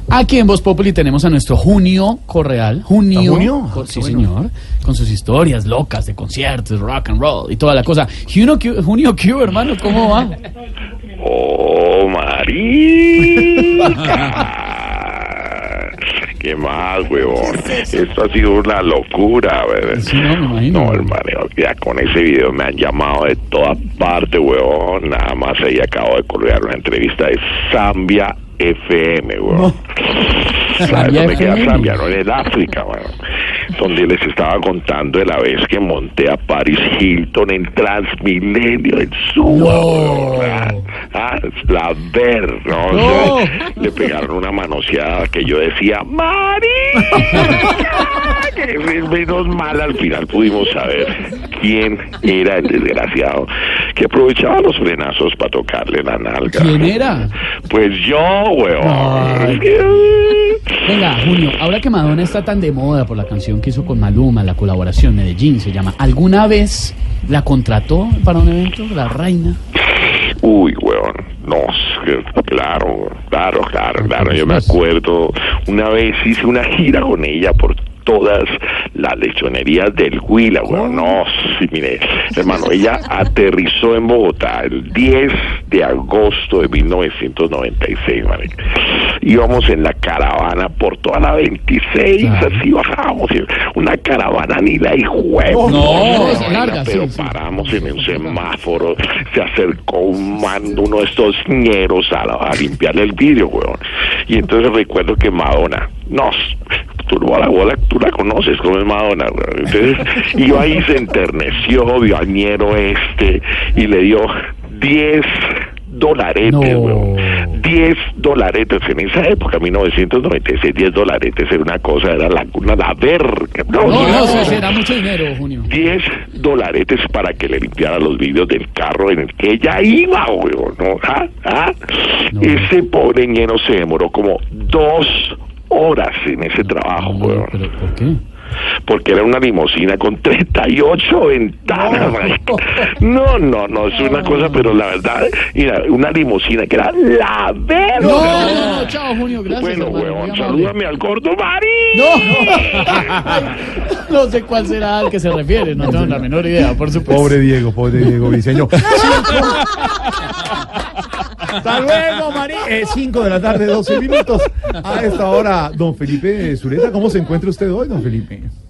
Aquí en Voz Populi tenemos a nuestro Junio Correal. ¿Junio? Sí, señor. Con sus historias locas de conciertos, rock and roll y toda la cosa. Junio Q, hermano, ¿cómo va? ¡Oh, marica! ¿Qué más, huevón? Esto ha sido una locura, ¿verdad? Sí, no, me imagino. No, hermano, ya con ese video me han llamado de todas partes, huevón. Nada más ahí acabo de colgar una entrevista de Zambia FM, huevón. No. ¿Sabes dónde queda Zambia? No, en el África, bueno, donde les estaba contando de la vez que monté a Paris Hilton en Transmilenio, en Suba, la ver, ¿no? No. O sea, le pegaron una manoseada que yo decía, ¡Mari! Que menos mal al final pudimos saber quién era el desgraciado que aprovechaba los frenazos para tocarle la nalga. ¿Quién era? Pues yo, weón. Venga, Junio, ahora que Madonna está tan de moda por la canción que hizo con Maluma, la colaboración Medellín se llama, ¿alguna vez la contrató para un evento, la reina? Uy, weón, no, claro. Yo me acuerdo, una vez hice una gira con ella por todas las lechonerías del Huila, weón. No, sí, mire, hermano, ella aterrizó en Bogotá el 10 de agosto de 1996, man. Íbamos en la caravana por toda la 26, así bajábamos, una caravana ni la hijueputa. No, es larga, pero sí. paramos en un semáforo, se acercó uno de estos ñeros a limpiarle el vidrio, weón. Y entonces recuerdo que Madonna, tú la conoces, como es Madonna, weón. Entonces iba ahí, se enterneció, vio al ñero y le dio $10, weón. $10 en esa época, 1996, $10 era una cosa, era la verga. No, será mucho dinero, Junio. $10 para que le limpiara los vidrios del carro en el que ella iba, weón, ¿no? No. Ese pobre ñero se demoró como 2 horas en ese trabajo, weón. ¿Pero por qué? Porque era una limusina con 38 ventanas. No, es una cosa, pero la verdad, mira, una limusina que era la verga. No, chao, Junio, gracias. Bueno, hermano, weón, salúdame al gordo Mari. No sé cuál será al que se refiere, no tengo la menor idea, por supuesto. Pobre Diego Briseño. Hasta luego, Mari. 5 de la tarde, 12 minutos. A esta hora, don Felipe Zuleta, ¿cómo se encuentra usted hoy, don Felipe?